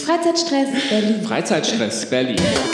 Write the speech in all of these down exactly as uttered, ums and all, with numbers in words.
Freizeitstress Berlin. Freizeitstress Berlin.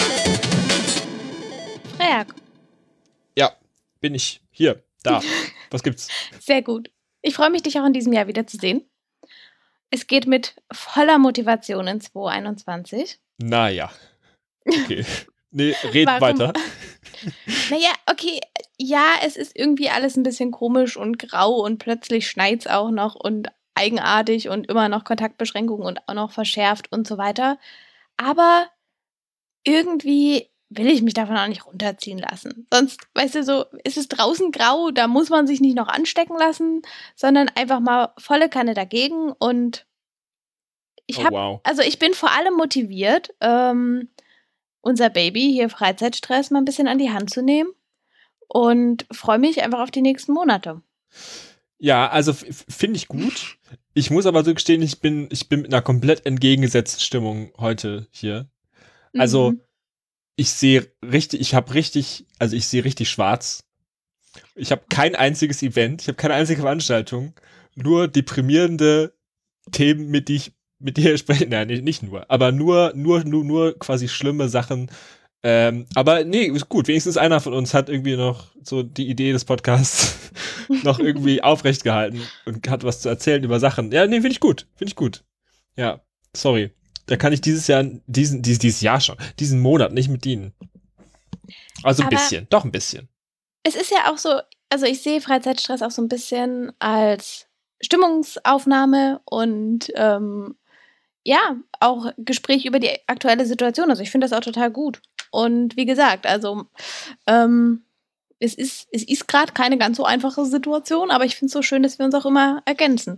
Freak. Ja, bin ich. Hier, da. Was gibt's? Sehr gut. Ich freue mich, dich auch in diesem Jahr wieder zu sehen. Es geht mit voller Motivation in zwanzig einundzwanzig. Naja. Okay. Nee, red Warum? weiter. Naja, okay, ja, es ist irgendwie alles ein bisschen komisch und grau und plötzlich schneit's auch noch und eigenartig und immer noch Kontaktbeschränkungen und auch noch verschärft und so weiter. Aber irgendwie will ich mich davon auch nicht runterziehen lassen. Sonst, weißt du, so ist es draußen grau, da muss man sich nicht noch anstecken lassen, sondern einfach mal volle Kanne dagegen. Und ich Oh, habe, wow. also ich bin vor allem motiviert, ähm, unser Baby hier Freizeitstress mal ein bisschen an die Hand zu nehmen und freue mich einfach auf die nächsten Monate. Ja, also f- finde ich gut. Ich muss aber so gestehen, ich bin, ich bin mit einer komplett entgegengesetzten Stimmung heute hier. Also, Mhm. ich sehe richtig, ich habe richtig, also ich sehe richtig schwarz. Ich habe kein einziges Event, ich habe keine einzige Veranstaltung, nur deprimierende Themen, mit die ich mit dir spreche. Nein, nicht nicht nur, aber nur, nur, nur, nur quasi schlimme Sachen. Ähm, aber nee, ist gut. Wenigstens einer von uns hat irgendwie noch so die Idee des Podcasts noch irgendwie aufrecht gehalten und hat was zu erzählen über Sachen. Ja, nee, finde ich gut. Finde ich gut. Ja, sorry. Da kann ich dieses Jahr, diesen, dieses, dieses Jahr schon, diesen Monat nicht mit dienen. Also ein Aber bisschen, doch ein bisschen. es ist ja auch so, also ich sehe Freizeitstress auch so ein bisschen als Stimmungsaufnahme und ähm, ja, auch Gespräch über die aktuelle Situation. Also ich finde das auch total gut. Und wie gesagt, also ähm, es ist, es ist gerade keine ganz so einfache Situation, aber ich finde es so schön, dass wir uns auch immer ergänzen.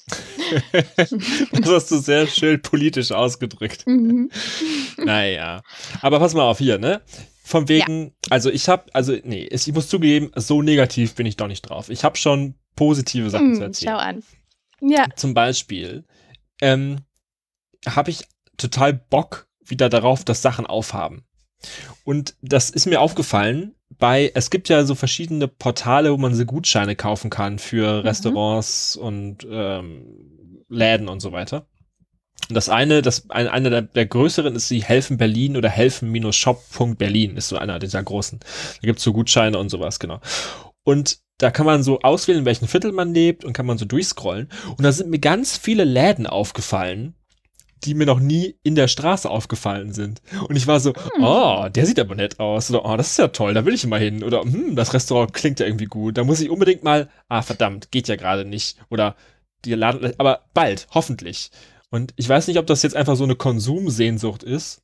Das hast du sehr schön politisch ausgedrückt. Mhm. Naja. Aber pass mal auf hier, ne? Von wegen, also ich hab, also nee, ich muss zugeben, so negativ bin ich doch nicht drauf. Ich habe schon positive Sachen zu Hm, erzählen. schau an. Ja. Zum Beispiel ähm, habe ich total Bock wieder darauf, dass Sachen aufhaben. Und das ist mir aufgefallen bei, es gibt ja so verschiedene Portale, wo man so Gutscheine kaufen kann für Mhm. Restaurants und ähm, Läden und so weiter. Und das eine, das ein, einer der, der größeren ist die Helfen Berlin oder helfen-shop punkt berlin ist so einer dieser großen. Da gibt's so Gutscheine und sowas, genau. Und da kann man so auswählen, in welchem Viertel man lebt und kann man so durchscrollen. Und da sind mir ganz viele Läden aufgefallen, die mir noch nie in der Straße aufgefallen sind. Und ich war so, Hm. oh, der sieht aber nett aus. Oder, oh, das ist ja toll, da will ich mal hin. Oder, hm, das Restaurant klingt ja irgendwie gut. Da muss ich unbedingt mal, ah, verdammt, geht ja gerade nicht. Oder, die Laden, aber bald, hoffentlich. Und ich weiß nicht, ob das jetzt einfach so eine Konsumsehnsucht ist.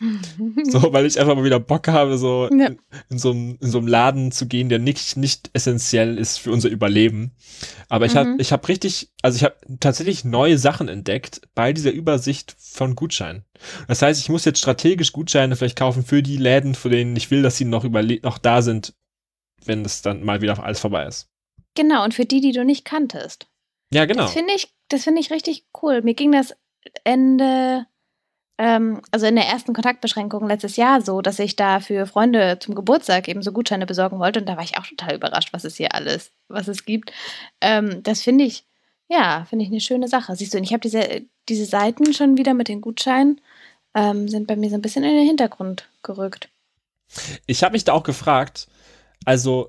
So, weil ich einfach mal wieder Bock habe, so Ja. in, in so einem in so einem Laden zu gehen, der nicht, nicht essentiell ist für unser Überleben. Aber ich Mhm. habe ich hab richtig, also ich habe tatsächlich neue Sachen entdeckt bei dieser Übersicht von Gutscheinen. Das heißt, ich muss jetzt strategisch Gutscheine vielleicht kaufen für die Läden, von denen ich will, dass sie noch überle noch da sind, wenn das dann mal wieder alles vorbei ist. Genau, und für die, die du nicht kanntest. Ja, genau. Das finde ich, das finde ich richtig cool. Mir ging das Ende, ähm, also in der ersten Kontaktbeschränkung letztes Jahr so, dass ich da für Freunde zum Geburtstag eben so Gutscheine besorgen wollte und da war ich auch total überrascht, was es hier alles, was es gibt. Ähm, das finde ich, ja, finde ich eine schöne Sache. Siehst du, und ich habe diese, diese Seiten schon wieder mit den Gutscheinen, ähm, sind bei mir so ein bisschen in den Hintergrund gerückt. Ich habe mich da auch gefragt, also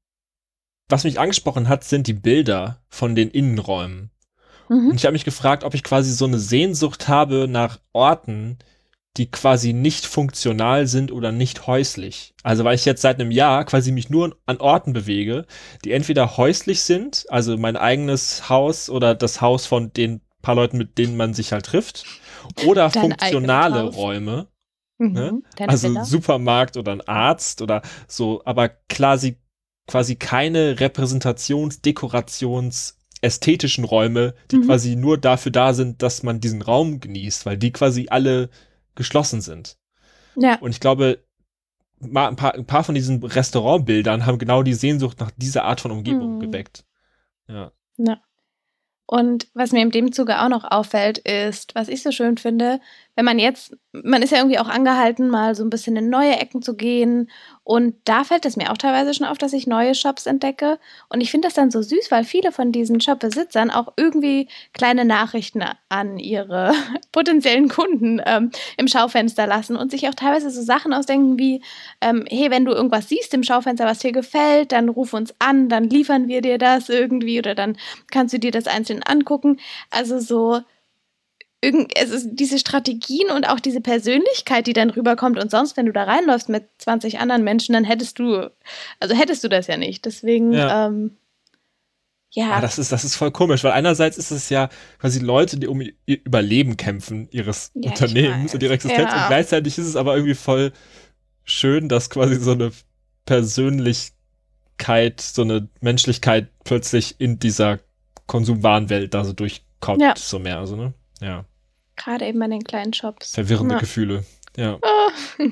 was mich angesprochen hat, sind die Bilder von den Innenräumen. Und Mhm. ich habe mich gefragt, ob ich quasi so eine Sehnsucht habe nach Orten, die quasi nicht funktional sind oder nicht häuslich. Also weil ich jetzt seit einem Jahr quasi mich nur an Orten bewege, die entweder häuslich sind, also mein eigenes Haus oder das Haus von den paar Leuten, mit denen man sich halt trifft, oder Dein funktionale eigenes Haus. Räume, Mhm. ne? Deine Also ein Villa. Supermarkt oder ein Arzt oder so, aber quasi quasi keine Repräsentations-, Dekorations-, ästhetischen Räume, die Mhm. quasi nur dafür da sind, dass man diesen Raum genießt, weil die quasi alle geschlossen sind. Ja. Und ich glaube, ma- ein paar, ein paar von diesen Restaurantbildern haben genau die Sehnsucht nach dieser Art von Umgebung Hm. geweckt. Ja. Ja. Und was mir in dem Zuge auch noch auffällt, ist, was ich so schön finde, wenn man jetzt, man ist ja irgendwie auch angehalten, mal so ein bisschen in neue Ecken zu gehen. Und da fällt es mir auch teilweise schon auf, dass ich neue Shops entdecke. Und ich finde das dann so süß, weil viele von diesen Shop-Besitzern auch irgendwie kleine Nachrichten an ihre potenziellen Kunden ähm, im Schaufenster lassen und sich auch teilweise so Sachen ausdenken wie, ähm, hey, wenn du irgendwas siehst im Schaufenster, was dir gefällt, dann ruf uns an, dann liefern wir dir das irgendwie oder dann kannst du dir das einzeln angucken. Also so Irgend, es ist diese Strategien und auch diese Persönlichkeit, die dann rüberkommt und sonst, wenn du da reinläufst mit zwanzig anderen Menschen, dann hättest du, also hättest du das ja nicht. Deswegen, Ja. ähm, ja. Ah, das ist, das ist voll komisch, weil einerseits ist es ja quasi Leute, die um ihr Überleben kämpfen, ihres Ja, ich Unternehmens weiß. und ihre Existenz. Ja. Und gleichzeitig ist es aber irgendwie voll schön, dass quasi so eine Persönlichkeit, so eine Menschlichkeit plötzlich in dieser Konsumwarenwelt da so durchkommt, Ja. so mehr. Also, ne? Ja. Gerade eben bei den kleinen Shops. Verwirrende Ja. Gefühle. Ja. Oh.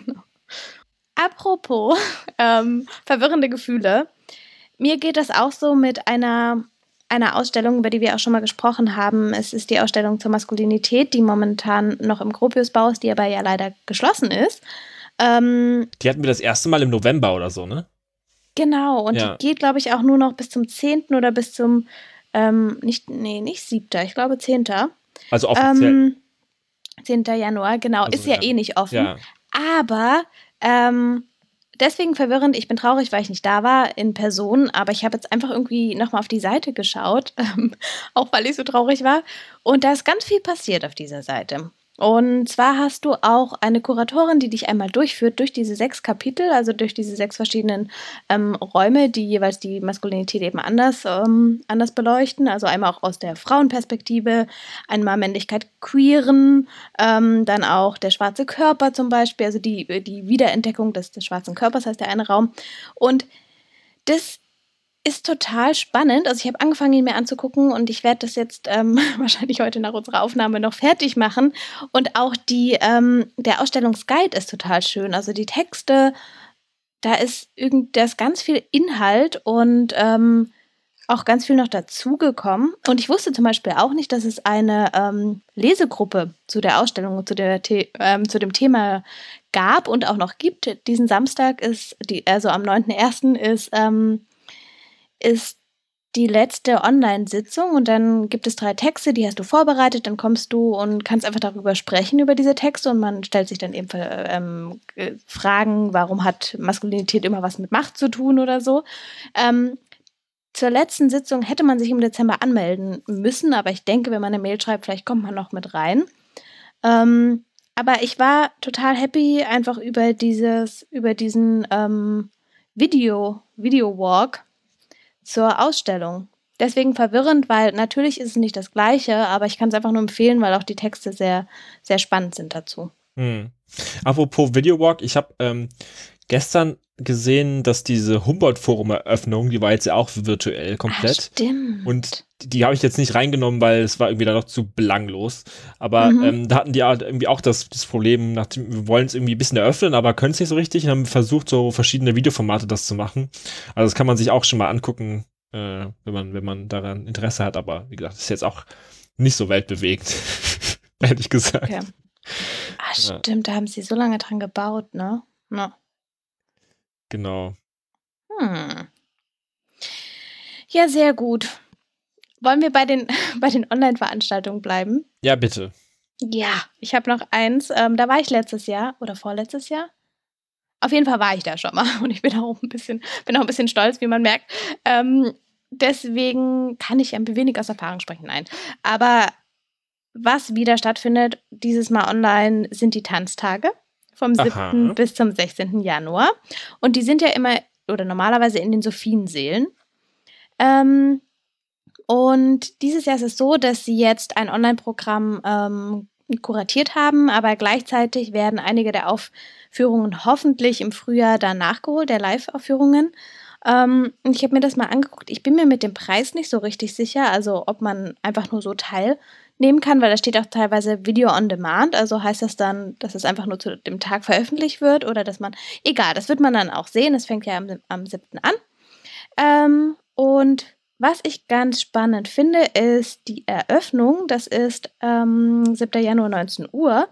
Apropos ähm, verwirrende Gefühle. Mir geht das auch so mit einer, einer Ausstellung, über die wir auch schon mal gesprochen haben. Es ist die Ausstellung zur Maskulinität, die momentan noch im Gropiusbau ist, die aber ja leider geschlossen ist. Ähm, Die hatten wir das erste Mal im November oder so, ne? genau, und Ja. die geht, glaube ich, auch nur noch bis zum zehnten oder bis zum, ähm, nicht, nee, nicht siebten, ich glaube zehnten Also offiziell. Ähm, zehnten Januar, genau, Also, ist ja, ja. eh nicht offen. Ja. Aber ähm, deswegen verwirrend, ich bin traurig, weil ich nicht da war in Person, aber ich habe jetzt einfach irgendwie nochmal auf die Seite geschaut, ähm, auch weil ich so traurig war. Und da ist ganz viel passiert auf dieser Seite. Und zwar hast du auch eine Kuratorin, die dich einmal durchführt durch diese sechs Kapitel, also durch diese sechs verschiedenen ähm, Räume, die jeweils die Maskulinität eben anders, ähm, anders beleuchten. Also einmal auch aus der Frauenperspektive, einmal Männlichkeit queeren, ähm, dann auch der schwarze Körper zum Beispiel, also die, die Wiederentdeckung des, des schwarzen Körpers heißt der eine Raum. Und das ist total spannend. Also ich habe angefangen, ihn mir anzugucken und ich werde das jetzt ähm, wahrscheinlich heute nach unserer Aufnahme noch fertig machen. Und auch die, ähm, der Ausstellungsguide ist total schön. Also die Texte, da ist, irgend, da ist ganz viel Inhalt und ähm, auch ganz viel noch dazugekommen. Und ich wusste zum Beispiel auch nicht, dass es eine ähm, Lesegruppe zu der Ausstellung, zu, der The- ähm, zu dem Thema gab und auch noch gibt. Diesen Samstag ist, die, also am neunten ersten ist ähm, ist die letzte Online-Sitzung und dann gibt es drei Texte, die hast du vorbereitet, dann kommst du und kannst einfach darüber sprechen, über diese Texte und man stellt sich dann eben ähm, äh, Fragen, warum hat Maskulinität immer was mit Macht zu tun oder so. Ähm, zur letzten Sitzung hätte man sich im Dezember anmelden müssen, aber ich denke, wenn man eine Mail schreibt, vielleicht kommt man noch mit rein. Ähm, aber ich war total happy einfach über dieses, über diesen ähm, Video, Video-Walk zur Ausstellung. Deswegen verwirrend, weil natürlich ist es nicht das Gleiche, aber ich kann es einfach nur empfehlen, weil auch die Texte sehr, sehr spannend sind dazu. Hm. Apropos Videowalk, ich habe ähm, gestern gesehen, dass diese Humboldt-Forum-Eröffnung, die war jetzt ja auch virtuell komplett. Ah, stimmt. Und die, die habe ich jetzt nicht reingenommen, weil es war irgendwie dann noch zu belanglos. Aber Mhm. ähm, da hatten die halt irgendwie auch das, das Problem, nachdem, wir wollen es irgendwie ein bisschen eröffnen, aber können es nicht so richtig. Und haben versucht, so verschiedene Videoformate das zu machen. Also das kann man sich auch schon mal angucken, äh, wenn man, wenn man daran Interesse hat. Aber wie gesagt, das ist jetzt auch nicht so weltbewegend, ehrlich gesagt. Okay. Ah, stimmt, da haben sie so lange dran gebaut, ne? No. Genau. Hm. Ja, sehr gut. Wollen wir bei den, bei den Online-Veranstaltungen bleiben? Ja, bitte. Ja, ich habe noch eins. Ähm, da war ich letztes Jahr oder vorletztes Jahr. Auf jeden Fall war ich da schon mal und ich bin auch ein bisschen, bin auch ein bisschen stolz, wie man merkt. Ähm, deswegen kann ich ein wenig aus Erfahrung sprechen, nein. Aber was wieder stattfindet, dieses Mal online, sind die Tanztage vom siebten Aha. bis zum sechzehnten Januar. Und die sind ja immer oder normalerweise in den Sophienseelen. Ähm, und dieses Jahr ist es so, dass sie jetzt ein Online-Programm ähm, kuratiert haben, aber gleichzeitig werden einige der Aufführungen hoffentlich im Frühjahr dann nachgeholt, der Live-Aufführungen. Ähm, und ich habe mir das mal angeguckt. Ich bin mir mit dem Preis nicht so richtig sicher, also ob man einfach nur so teilnehmen kann, weil da steht auch teilweise Video on Demand, also heißt das dann, dass es einfach nur zu dem Tag veröffentlicht wird oder dass man, egal, das wird man dann auch sehen, es fängt ja am, am siebten an. Ähm, und was ich ganz spannend finde, ist die Eröffnung. Das ist ähm, siebten Januar neunzehn Uhr.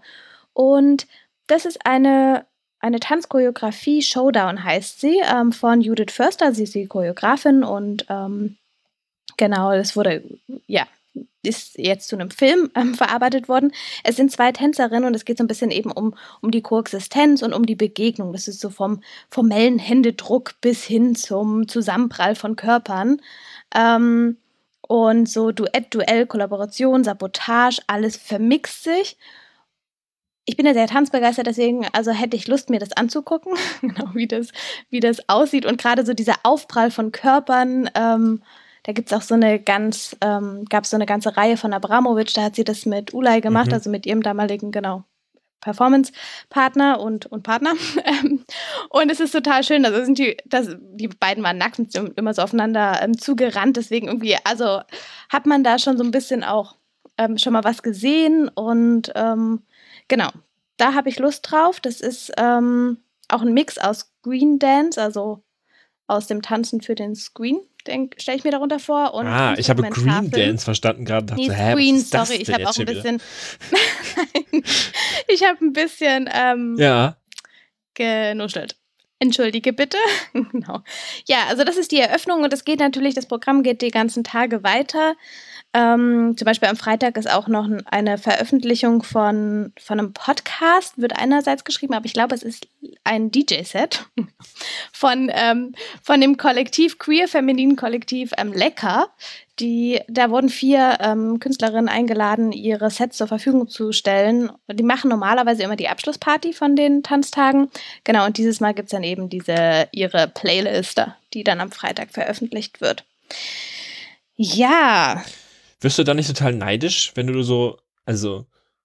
Und das ist eine, eine Tanzchoreografie, Showdown heißt sie, ähm, von Judith Förster. Sie ist die Choreografin und ähm, genau, das wurde, ja, ist jetzt zu einem Film ähm, verarbeitet worden. Es sind zwei Tänzerinnen und es geht so ein bisschen eben um, um die Koexistenz und um die Begegnung. Das ist so vom formellen Händedruck bis hin zum Zusammenprall von Körpern. Ähm, und so Duett, Duell, Kollaboration, Sabotage, alles vermixt sich. Ich bin ja sehr tanzbegeistert, deswegen also hätte ich Lust, mir das anzugucken, genau wie das, wie das aussieht. Und gerade so dieser Aufprall von Körpern, ähm, da gibt es auch so eine ganz, ähm, gab es so eine ganze Reihe von Abramovic, da hat sie das mit Ulay gemacht, Mhm. also mit ihrem damaligen, genau, Performance-Partner und, und Partner. Und es ist total schön, also sind die, das, die beiden waren nackt und sind immer so aufeinander ähm, zugerannt, deswegen irgendwie, also hat man da schon so ein bisschen auch ähm, schon mal was gesehen und ähm, genau, da habe ich Lust drauf. Das ist ähm, auch ein Mix aus Screen Dance, also aus dem Tanzen für den Screen, stelle ich mir darunter vor. Und ah, ich habe Green Dokumentarfilm. Dance verstanden gerade. Dachte, Nee, hä, Screen, was ist das sorry, ich denn habe jetzt auch ein schon wieder? bisschen, ich habe ein bisschen ähm, Ja, genuschelt. Entschuldige bitte. Genau. Ja, also das ist die Eröffnung und es geht natürlich, das Programm geht die ganzen Tage weiter. Ähm, zum Beispiel am Freitag ist auch noch n- eine Veröffentlichung von, von einem Podcast, wird einerseits geschrieben, aber ich glaube, es ist ein D J-Set von, ähm, von dem Kollektiv, queer-femininen Kollektiv ähm, Lecker. Die, da wurden vier ähm, Künstlerinnen eingeladen, ihre Sets zur Verfügung zu stellen. Die machen normalerweise immer die Abschlussparty von den Tanztagen. Genau, und dieses Mal gibt es dann eben diese, ihre Playlist, die dann am Freitag veröffentlicht wird. Ja, wirst du da nicht total neidisch, wenn du so, also,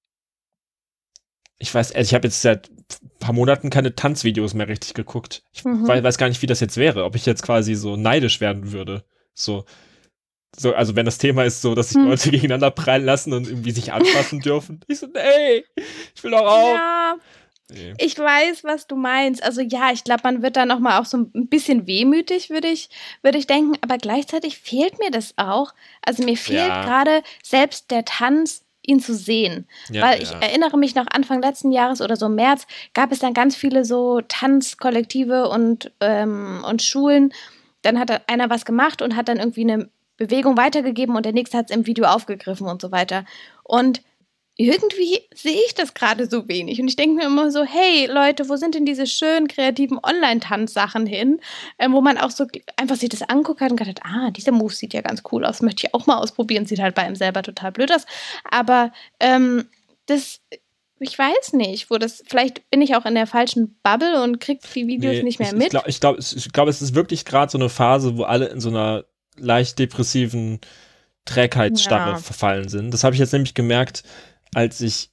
ich weiß, also ich habe jetzt seit ein paar Monaten keine Tanzvideos mehr richtig geguckt. Ich Mhm. wei- weiß gar nicht, wie das jetzt wäre, ob ich jetzt quasi so neidisch werden würde. So, so, also wenn das Thema ist so, dass sich Hm. Leute gegeneinander prallen lassen und irgendwie sich anfassen dürfen. Ich so, nee, ich will doch auch. ja, Nee. ich weiß, was du meinst. Also ja, ich glaube, man wird da noch mal auch so ein bisschen wehmütig, würde ich, würde ich denken. Aber gleichzeitig fehlt mir das auch. Also mir fehlt Ja. gerade selbst der Tanz, ihn zu sehen. Ja, Weil ich ja. erinnere mich noch Anfang letzten Jahres oder so im März, gab es dann ganz viele so Tanzkollektive und, ähm, und Schulen. Dann hat einer was gemacht und hat dann irgendwie eine Bewegung weitergegeben und der nächste hat es im Video aufgegriffen und so weiter. Und irgendwie sehe ich das gerade so wenig. Und ich denke mir immer so, hey Leute, wo sind denn diese schönen, kreativen Online-Tanzsachen hin, ähm, wo man auch so einfach sich das anguckt hat und gedacht, ah, dieser Move sieht ja ganz cool aus, möchte ich auch mal ausprobieren, sieht halt bei ihm selber total blöd aus. Aber ähm, das, ich weiß nicht, wo das, vielleicht bin ich auch in der falschen Bubble und krieg die Videos Nee, nicht mehr ich, mit. Ich glaube, ich glaub, es, ich glaub, es ist wirklich gerade so eine Phase, wo alle in so einer leicht depressiven Trägheitsstarre Ja. verfallen sind. Das habe ich jetzt nämlich gemerkt, als ich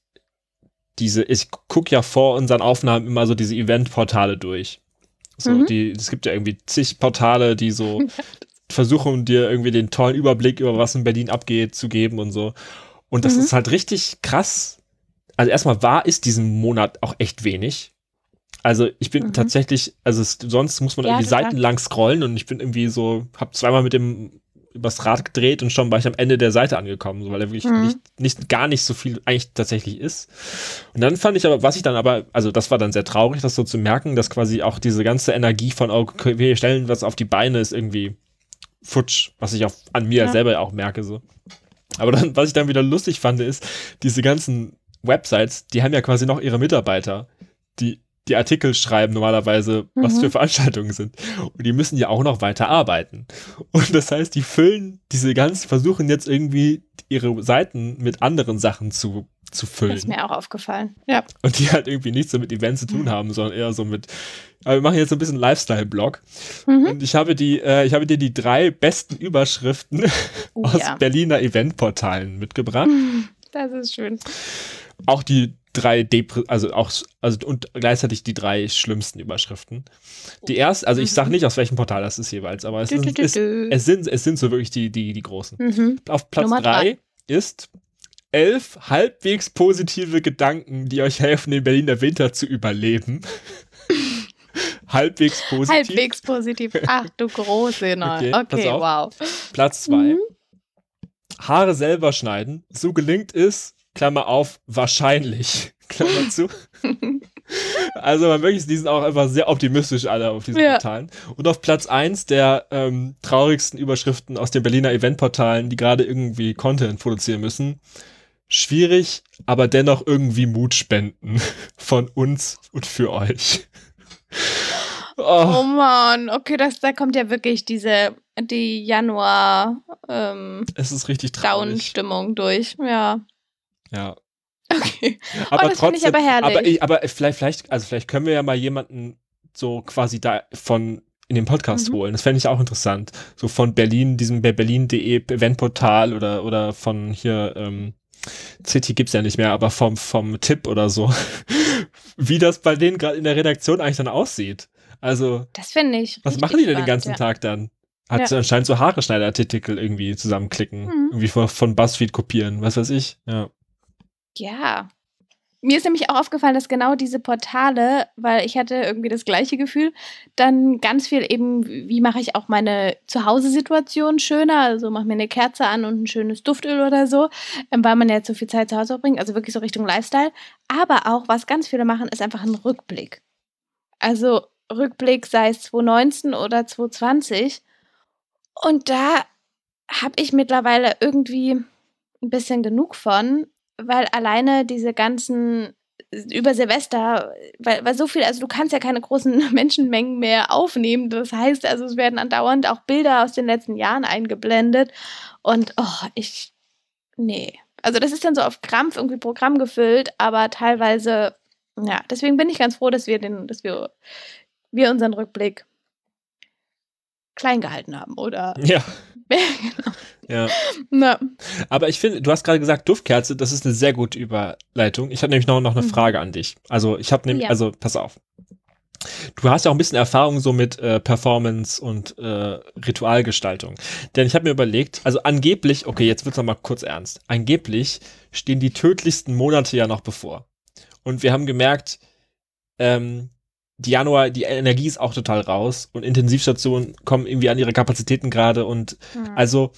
diese, ich gucke ja vor unseren Aufnahmen immer so diese Eventportale durch. So, Mhm. die, es gibt ja irgendwie zig Portale, die so versuchen, dir irgendwie den tollen Überblick über was in Berlin abgeht, zu geben und so. Und das Mhm. ist halt richtig krass. Also erstmal war ist diesen Monat auch echt wenig. Also ich bin Mhm. tatsächlich, also es, sonst muss man Ja, irgendwie total. seitenlang scrollen und ich bin irgendwie so, hab zweimal mit dem übers Rad gedreht und schon war ich am Ende der Seite angekommen, so, weil da wirklich Mhm. nicht, nicht, gar nicht so viel eigentlich tatsächlich ist. Und dann fand ich aber, was ich dann aber, also das war dann sehr traurig, das so zu merken, dass quasi auch diese ganze Energie von, okay, wir stellen was auf die Beine, ist irgendwie futsch, was ich auch an mir Ja. selber auch merke, so. Aber dann, was ich dann wieder lustig fand, ist, diese ganzen Websites, die haben ja quasi noch ihre Mitarbeiter, die die Artikel schreiben normalerweise, was Mhm. für Veranstaltungen sind. Und die müssen ja auch noch weiter arbeiten. Und das heißt, die füllen diese ganz, versuchen jetzt irgendwie ihre Seiten mit anderen Sachen zu, zu Das ist füllen. mir auch aufgefallen. Ja. Und die halt irgendwie nichts so mit Events zu tun haben, sondern eher so mit, aber wir machen jetzt so ein bisschen Lifestyle-Blog. Mhm. Und ich habe die, äh, ich habe dir die drei besten Überschriften Oh, aus ja. Berliner Eventportalen mitgebracht. Das ist schön. Auch die drei Depre also auch also und gleichzeitig die drei schlimmsten Überschriften. Die erste, also ich sage nicht, aus welchem Portal das ist jeweils, aber es, Dü, dü, sind, dü, es, dü. es sind es sind so wirklich die die die großen. Mhm. Auf Platz Nummer drei ist elf halbwegs positive Gedanken, die euch helfen, den Berliner Winter zu überleben. Halbwegs positiv. Halbwegs positiv. Ach du große Nein. Okay, Okay, pass auf. wow. Platz zwei. Mhm. Haare selber schneiden. So gelingt es, Klammer auf, wahrscheinlich, Klammer zu. Also man wirklich, die sind auch einfach sehr optimistisch alle auf diesen Ja. Portalen. Und auf Platz eins der ähm, traurigsten Überschriften aus den Berliner Eventportalen, die gerade irgendwie Content produzieren müssen. Schwierig, aber dennoch irgendwie Mut spenden von uns und für euch. Oh Oh, Mann, okay, das, da kommt ja wirklich diese, die Januar ähm, es ist richtig traurig. Down-Stimmung durch. Ja, Ja. okay. Aber Oh, das finde ich aber herrlich. aber, ich, aber vielleicht, vielleicht, also vielleicht können wir ja mal jemanden so quasi da von in den Podcast Mhm. holen. Das fände ich auch interessant. So von Berlin, diesem berlin punkt de Eventportal oder, oder von hier, ähm, City gibt's ja nicht mehr, aber vom, vom Tipp oder so. Wie das bei denen gerade in der Redaktion eigentlich dann aussieht. Also, Das finde ich was richtig machen die denn den spannend, ganzen ja. Tag dann? Hat Ja. sie anscheinend so Haare-Schneider-Artikel irgendwie zusammenklicken. Mhm. Irgendwie von, von BuzzFeed kopieren, was weiß ich. Ja. Ja. Mir ist nämlich auch aufgefallen, dass genau diese Portale, weil ich hatte irgendwie das gleiche Gefühl, dann ganz viel eben, wie mache ich auch meine Zuhause-Situation schöner, also mache mir eine Kerze an und ein schönes Duftöl oder so, ähm, weil man ja jetzt so viel Zeit zu Hause verbringt, also wirklich so Richtung Lifestyle. Aber auch, was ganz viele machen, ist einfach ein Rückblick. Also Rückblick, sei es zwanzig neunzehn oder zwanzig zwanzig. Und da habe ich mittlerweile irgendwie ein bisschen genug von, weil alleine diese ganzen über Silvester, weil, weil so viel, also du kannst ja keine großen Menschenmengen mehr aufnehmen. Das heißt, also es werden andauernd auch Bilder aus den letzten Jahren eingeblendet. Und oh, ich, nee. Also das ist dann so auf Krampf irgendwie Programm gefüllt, aber teilweise, ja, deswegen bin ich ganz froh, dass wir den, dass wir, wir unseren Rückblick klein gehalten haben, oder? Ja. Genau. Ja. Na. Aber ich finde, du hast gerade gesagt, Duftkerze, das ist eine sehr gute Überleitung. Ich habe nämlich noch, noch eine Mhm. Frage an dich. Also ich habe nämlich, Ja. also pass auf. Du hast ja auch ein bisschen Erfahrung so mit äh, Performance und äh, Ritualgestaltung. Denn ich habe mir überlegt, also angeblich, okay, jetzt wird's noch mal kurz ernst. Angeblich stehen die tödlichsten Monate ja noch bevor. Und wir haben gemerkt, ähm, die Januar, die Energie ist auch total raus und Intensivstationen kommen irgendwie an ihre Kapazitäten gerade und Mhm. also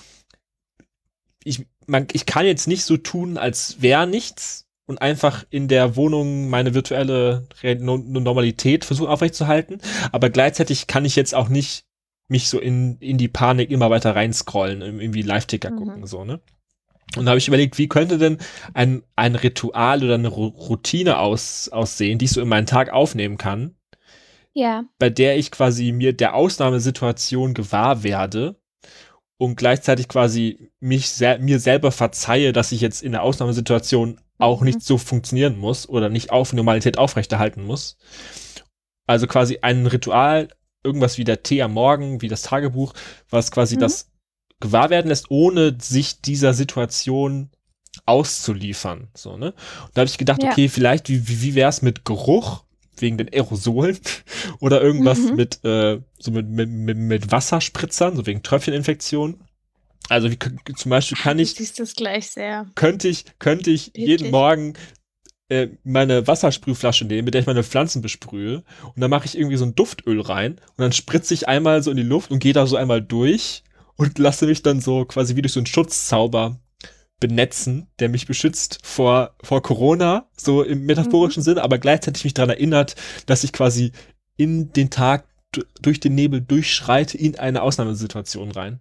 ich, man, ich kann jetzt nicht so tun, als wäre nichts und einfach in der Wohnung meine virtuelle Re- No- Normalität versuchen aufrechtzuerhalten, aber gleichzeitig kann ich jetzt auch nicht mich so in, in die Panik immer weiter reinscrollen, irgendwie Live-Ticker Mhm. gucken, so, ne? Und da habe ich überlegt, wie könnte denn ein, ein Ritual oder eine Ru- Routine aus, aussehen, die ich so in meinen Tag aufnehmen kann, Ja. bei der ich quasi mir der Ausnahmesituation gewahr werde und gleichzeitig quasi mich sel- mir selber verzeihe, dass ich jetzt in der Ausnahmesituation auch Mhm. nicht so funktionieren muss oder nicht auf Normalität aufrechterhalten muss. Also quasi ein Ritual, irgendwas wie der Tee am Morgen, wie das Tagebuch, was quasi Mhm. das gewahr werden lässt, ohne sich dieser Situation auszuliefern. So, ne? Und da habe ich gedacht, Ja. okay, vielleicht, wie, wie, wie wäre es mit Geruch wegen den Aerosolen oder irgendwas Mhm. mit, äh, so mit, mit, mit, mit Wasserspritzern, so wegen Tröpfcheninfektionen. Also wie k- zum Beispiel kann Du ich, siehst das gleich sehr. könnte ich, könnte ich jeden Wirklich? Morgen äh, meine Wassersprühflasche nehmen, mit der ich meine Pflanzen besprühe und dann mache ich irgendwie so ein Duftöl rein und dann spritze ich einmal so in die Luft und gehe da so einmal durch und lasse mich dann so quasi wie durch so einen Schutzzauber benetzen, der mich beschützt vor, vor Corona, so im metaphorischen Sinne, aber gleichzeitig mich daran erinnert, dass ich quasi in den Tag d- durch den Nebel durchschreite in eine Ausnahmesituation rein.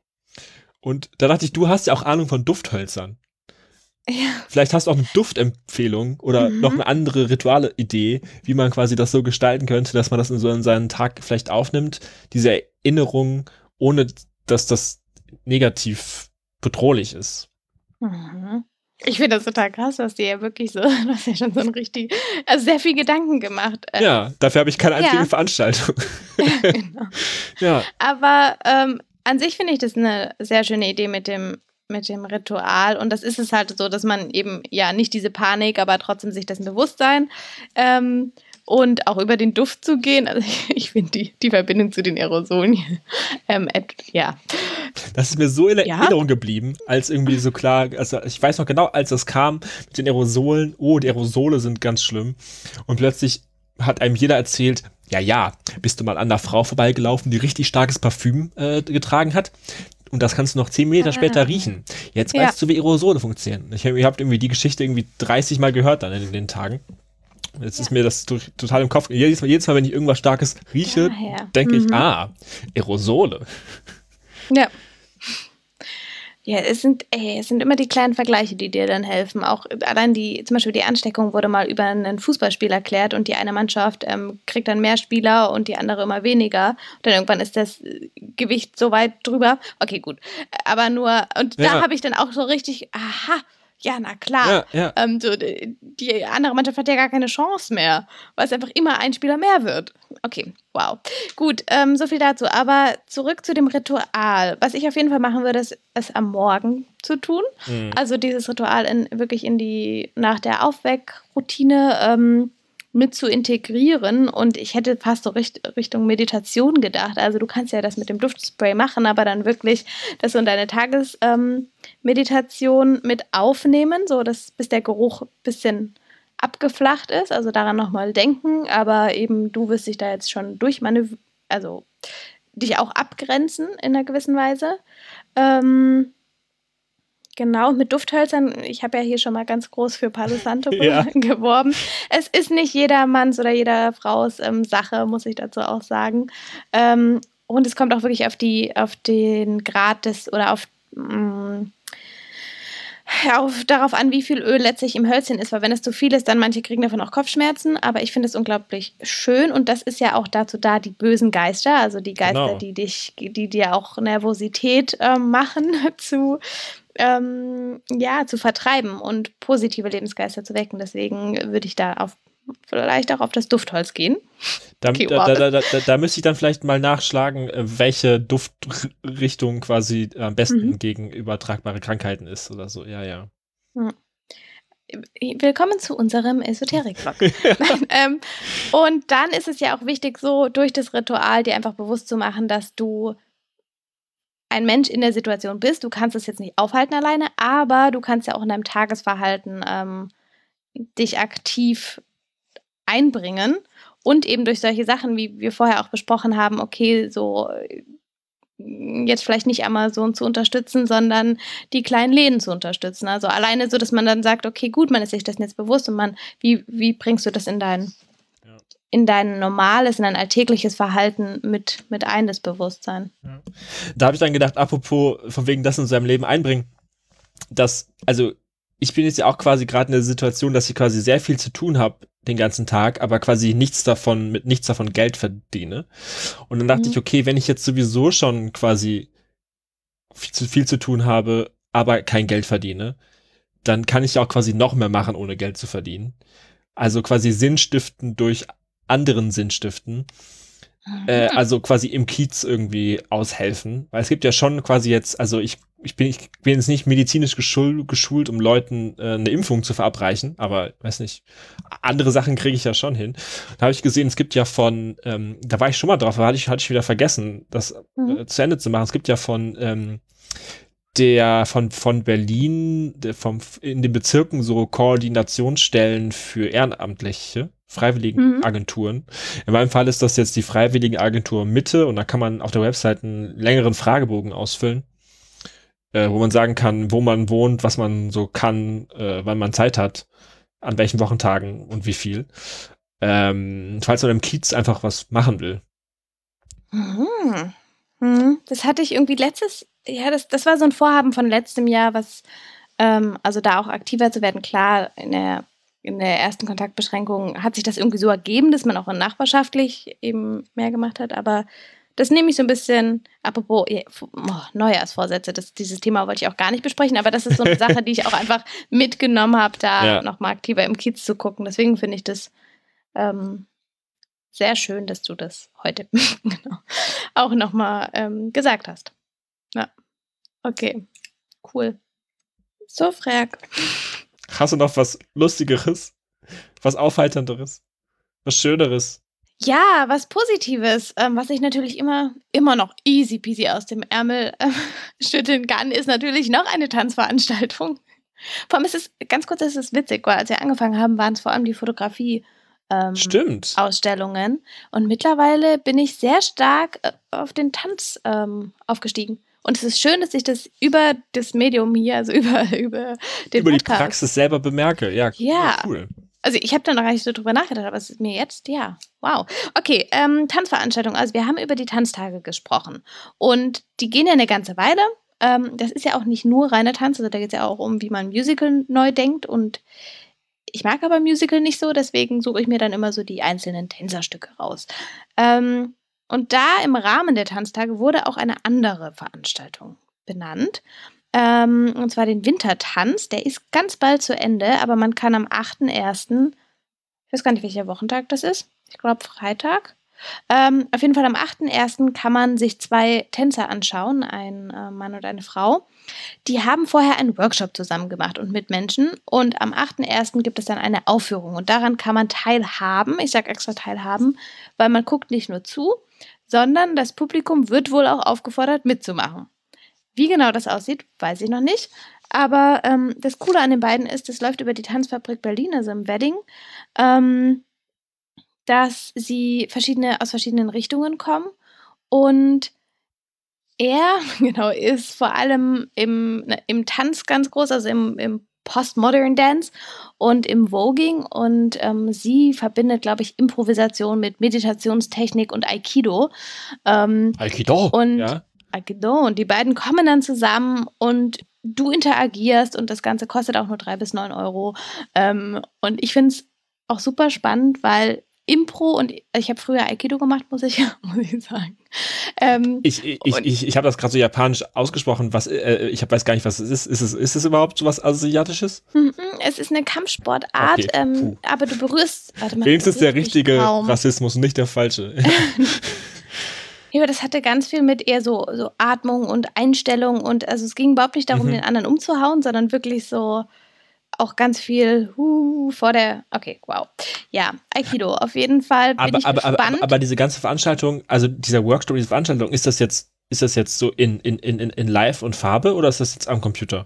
Und da dachte ich, du hast ja auch Ahnung von Dufthölzern. Ja. Vielleicht hast du auch eine Duftempfehlung oder Mhm. noch eine andere Rituale-Idee, wie man quasi das so gestalten könnte, dass man das in so in seinen Tag vielleicht aufnimmt, diese Erinnerung, ohne dass das negativ bedrohlich ist. Mhm. Ich finde das total krass, was dir ja wirklich so, du hast ja schon so ein richtig, also sehr viel Gedanken gemacht. Äh, Ja, dafür habe ich keine einzige Ja. Veranstaltung. genau. Ja, Aber ähm, an sich finde ich das eine sehr schöne Idee mit dem, mit dem Ritual. Und das ist es halt so, dass man eben, ja, nicht diese Panik, aber trotzdem sich dessen bewusst sein ähm, und auch über den Duft zu gehen. Also ich, ich finde die, die Verbindung zu den Aerosolen, ähm, et, ja. das ist mir so in Ja. Erinnerung geblieben, als irgendwie so klar, also ich weiß noch genau, als das kam mit den Aerosolen, oh, die Aerosole sind ganz schlimm. Und plötzlich hat einem jeder erzählt, ja, ja, bist du mal an einer Frau vorbeigelaufen, die richtig starkes Parfüm äh, getragen hat? und das kannst du noch zehn Meter Ah. später riechen. Jetzt Ja. weißt du, wie Aerosole funktionieren. Ich, ihr habt irgendwie die Geschichte irgendwie dreißig Mal gehört dann in den Tagen. Jetzt Ja. ist mir das to- total im Kopf. Jedes Mal, jedes Mal, wenn ich irgendwas Starkes rieche, Daher. denke ich, Mhm. ah, Aerosole. Ja. Ja, es sind, ey, es sind immer die kleinen Vergleiche, die dir dann helfen. Auch allein die, zum Beispiel die Ansteckung wurde mal über einen Fußballspiel erklärt und die eine Mannschaft ähm, kriegt dann mehr Spieler und die andere immer weniger. Und dann irgendwann ist das äh, Gewicht so weit drüber. Okay, gut. Aber nur, und Ja. da habe ich dann auch so richtig, aha, ja, na klar. Ja, ja. Ähm, so, die, die andere Mannschaft hat ja gar keine Chance mehr, weil es einfach immer ein Spieler mehr wird. Okay, wow. Gut, ähm, so viel dazu. Aber zurück zu dem Ritual. Was ich auf jeden Fall machen würde, ist es am Morgen zu tun. Mhm. Also dieses Ritual in, wirklich in die nach der Aufweckroutine ähm, mit zu integrieren. Und ich hätte fast so richt, Richtung Meditation gedacht. Also du kannst ja das mit dem Duftspray machen, aber dann wirklich das so in deine Tagesmeditation ähm, mit aufnehmen, so dass bis der Geruch ein bisschen abgeflacht ist, also daran nochmal denken, aber eben du wirst dich da jetzt schon durchmanövrieren, also dich auch abgrenzen in einer gewissen Weise. Ähm, genau, mit Dufthölzern, ich habe ja hier schon mal ganz groß für Palo Santo Ja. geworben. Es ist nicht jedermanns oder jeder Frau's ähm, Sache, muss ich dazu auch sagen. Ähm, und es kommt auch wirklich auf die, auf den Grad des oder auf mh, Auf, darauf an, wie viel Öl letztlich im Hölzchen ist, weil wenn es zu viel ist, dann manche kriegen davon auch Kopfschmerzen, aber ich finde es unglaublich schön und das ist ja auch dazu da, die bösen Geister, also die Geister, Genau. die dich, die dir auch Nervosität ähm, machen, zu, ähm, ja, zu vertreiben und positive Lebensgeister zu wecken. Deswegen würde ich da auf vielleicht auch auf das Duftholz gehen. Da, Okay, da, wow. da, da, da, da müsste ich dann vielleicht mal nachschlagen, äh, welche Duftrichtung quasi am besten Mhm. gegen übertragbare Krankheiten ist oder so. Ja, ja. Willkommen zu unserem Esoterik-Blog. Nein, ähm, und dann ist es ja auch wichtig, so durch das Ritual dir einfach bewusst zu machen, dass du ein Mensch in der Situation bist. Du kannst es jetzt nicht aufhalten alleine, aber du kannst ja auch in deinem Tagesverhalten ähm, dich aktiv einbringen und eben durch solche Sachen, wie wir vorher auch besprochen haben, okay, so äh, jetzt vielleicht nicht Amazon zu unterstützen, sondern die kleinen Läden zu unterstützen. Also alleine so, dass man dann sagt, okay, gut, man ist sich das jetzt bewusst und man, wie, wie bringst du das in dein, Ja. in dein normales, in dein alltägliches Verhalten mit, mit ein, das Bewusstsein. Ja. Da habe ich dann gedacht, apropos von wegen das in seinem Leben einbringen, dass, also ich bin jetzt ja auch quasi gerade in der Situation, dass ich quasi sehr viel zu tun habe den ganzen Tag, aber quasi nichts davon, mit nichts davon Geld verdiene. Und dann dachte Mhm. ich, okay, wenn ich jetzt sowieso schon quasi viel zu, viel zu tun habe, aber kein Geld verdiene, dann kann ich ja auch quasi noch mehr machen, ohne Geld zu verdienen. Also quasi Sinn stiften durch anderen Sinn stiften. Äh, also quasi im Kiez irgendwie aushelfen. Weil es gibt ja schon quasi jetzt, also ich, ich, bin, ich bin jetzt nicht medizinisch geschul, geschult, um Leuten äh, eine Impfung zu verabreichen, aber weiß nicht, andere Sachen kriege ich ja schon hin. Da habe ich gesehen, es gibt ja von, ähm, da war ich schon mal drauf, aber hatte ich, hatte ich wieder vergessen, das Mhm. äh, zu Ende zu machen. Es gibt ja von ähm, der von von Berlin, der vom in den Bezirken so Koordinationsstellen für Ehrenamtliche, Freiwilligenagenturen. In meinem Fall ist das jetzt die Freiwilligenagentur Mitte und da kann man auf der Website einen längeren Fragebogen ausfüllen, äh, wo man sagen kann, wo man wohnt, was man so kann, äh, wann man Zeit hat, an welchen Wochentagen und wie viel. Ähm, falls man im Kiez einfach was machen will. Mhm. Mhm. Das hatte ich irgendwie letztes, ja, das, das war so ein Vorhaben von letztem Jahr, was, ähm, also da auch aktiver zu werden. Klar, in der, in der ersten Kontaktbeschränkung hat sich das irgendwie so ergeben, dass man auch nachbarschaftlich eben mehr gemacht hat, aber das nehme ich so ein bisschen, apropos ja, oh, Neujahrsvorsätze, das, dieses Thema wollte ich auch gar nicht besprechen, aber das ist so eine Sache, die ich auch einfach mitgenommen habe, da Ja. nochmal aktiver im Kiez zu gucken. Deswegen finde ich das ähm, sehr schön, dass du das heute genau, auch nochmal ähm, gesagt hast. Ja, okay, cool. So, Frag. Hast du noch was Lustigeres? Was Aufheiternderes? Was Schöneres? Ja, was Positives, ähm, was ich natürlich immer, immer noch easy peasy aus dem Ärmel äh, schütteln kann, ist natürlich noch eine Tanzveranstaltung. Vor allem ist es, ganz kurz, ist es witzig, weil als wir angefangen haben, waren es vor allem die Fotografie ähm, Stimmt. Ausstellungen und mittlerweile bin ich sehr stark äh, auf den Tanz ähm, aufgestiegen Und es ist schön, dass ich das über das Medium hier, also über, über den Über die Podcast, Praxis selber bemerke. Ja, Ja. cool. Also ich habe da noch gar nicht so drüber nachgedacht, aber es ist mir jetzt, ja, wow. Okay, ähm, Tanzveranstaltung. Also wir haben über die Tanztage gesprochen. Und die gehen ja eine ganze Weile. Ähm, das ist ja auch nicht nur reiner Tanz, also da geht es ja auch um, wie man Musical neu denkt. Und ich mag aber Musical nicht so, deswegen suche ich mir dann immer so die einzelnen Tänzerstücke raus. Ähm, und da im Rahmen der Tanztage wurde auch eine andere Veranstaltung benannt. Ähm, und zwar den Wintertanz. Der ist ganz bald zu Ende, aber man kann am achten ersten, ich weiß gar nicht, welcher Wochentag das ist, ich glaube Freitag. Ähm, auf jeden Fall am achten ersten kann man sich zwei Tänzer anschauen, ein äh, Mann und eine Frau. Die haben vorher einen Workshop zusammen gemacht und mit Menschen. Und am achten ersten gibt es dann eine Aufführung. Und daran kann man teilhaben. Ich sage extra teilhaben, weil man guckt nicht nur zu, sondern das Publikum wird wohl auch aufgefordert, mitzumachen. Wie genau das aussieht, weiß ich noch nicht. Aber ähm, das Coole an den beiden ist, es läuft über die Tanzfabrik Berlin, also im Wedding, ähm, dass sie verschiedene, aus verschiedenen Richtungen kommen. Und er, genau, ist vor allem im, ne, im Tanz ganz groß, also im, im Postmodern Dance und im Voging. Und ähm, sie verbindet, glaube ich, Improvisation mit Meditationstechnik und Aikido. Ähm, Aikido, und ja. Aikido. Und die beiden kommen dann zusammen und du interagierst und das Ganze kostet auch nur drei bis neun Euro. Ähm, und ich finde es auch super spannend, weil Impro und ich habe früher Aikido gemacht, muss ich, muss ich sagen. Ähm, Ich, ich, ich, ich habe das gerade so japanisch ausgesprochen. Was, äh, ich hab, weiß gar nicht, was es ist. Ist es, ist es überhaupt so was Asiatisches? Es ist eine Kampfsportart, Okay, ähm, aber du berührst. Warte mal, Wenigstens der berührst richtige mich kaum. Rassismus, nicht der falsche. Ja, aber das hatte ganz viel mit eher so, so Atmung und Einstellung und also es ging überhaupt nicht darum, Mhm. den anderen umzuhauen, sondern wirklich so auch ganz viel huh, vor der. Okay, wow. Ja, Aikido, auf jeden Fall bin aber, ich aber, aber, gespannt. aber, aber diese ganze Veranstaltung, also dieser Workshop, diese Veranstaltung, ist das jetzt, ist das jetzt so in, in, in, in live und Farbe oder ist das jetzt am Computer?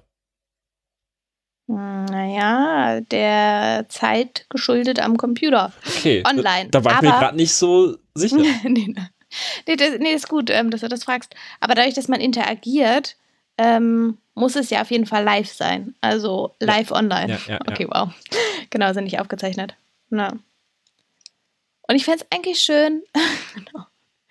Naja, der Zeit geschuldet am Computer. Okay. Online. Da, da war ich aber, mir gerade nicht so sicher. nee, nee, das, nee, ist gut, ähm, dass du das fragst. Aber dadurch, dass man interagiert, ähm, muss es ja auf jeden Fall live sein. Also live Ja. online. Ja, ja, okay, ja. wow. Genau, sind nicht aufgezeichnet. Ja. Und ich fände es eigentlich schön, genau.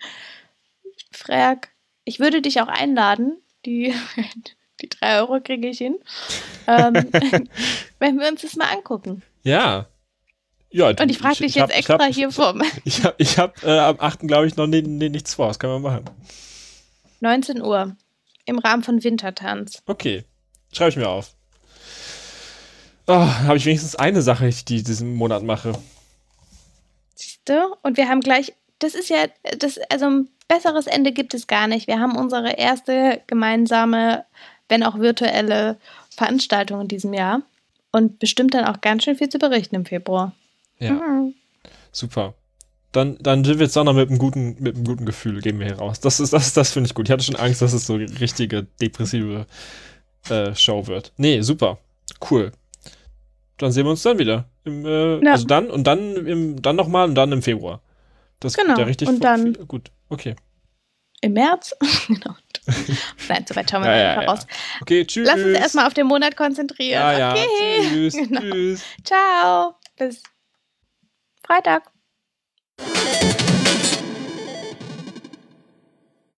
Frag, ich würde dich auch einladen, die, die drei Euro kriege ich hin, ähm, wenn wir uns das mal angucken. Ja. Ja, Und ich frage dich jetzt hab, extra ich hab, hier vom Ich habe ich hab, äh, am achten glaube ich, noch nie, nie, nichts vor. Das kann man machen. neunzehn Uhr im Rahmen von Wintertanz. Okay. Schreibe ich mir auf. Oh, habe ich wenigstens eine Sache, die ich diesen Monat mache. Siehst du? Und wir haben gleich, das ist ja, das, also ein besseres Ende gibt es gar nicht. Wir haben unsere erste gemeinsame, wenn auch virtuelle Veranstaltung in diesem Jahr. Und bestimmt dann auch ganz schön viel zu berichten im Februar. Ja. Mhm. Super. Dann, dann sind wir jetzt auch noch mit einem guten, mit einem guten Gefühl, gehen wir hier raus. Das ist, das, das finde ich gut. Ich hatte schon Angst, dass es so eine richtige depressive äh, Show wird. Nee, super. Cool. Dann sehen wir uns dann wieder. Im, äh, Ja. Also dann und dann im, dann nochmal und dann im Februar. Das Genau. geht ja richtig Und dann- viel- gut. Okay. Im März. Genau. Nein, so weit schauen wir Ja, ja, ja, einfach ja. raus. Okay, tschüss. Lass uns erstmal auf den Monat konzentrieren. Ja, ja. Okay. Tschüss. Genau. Tschüss. Ciao. Bis Freitag.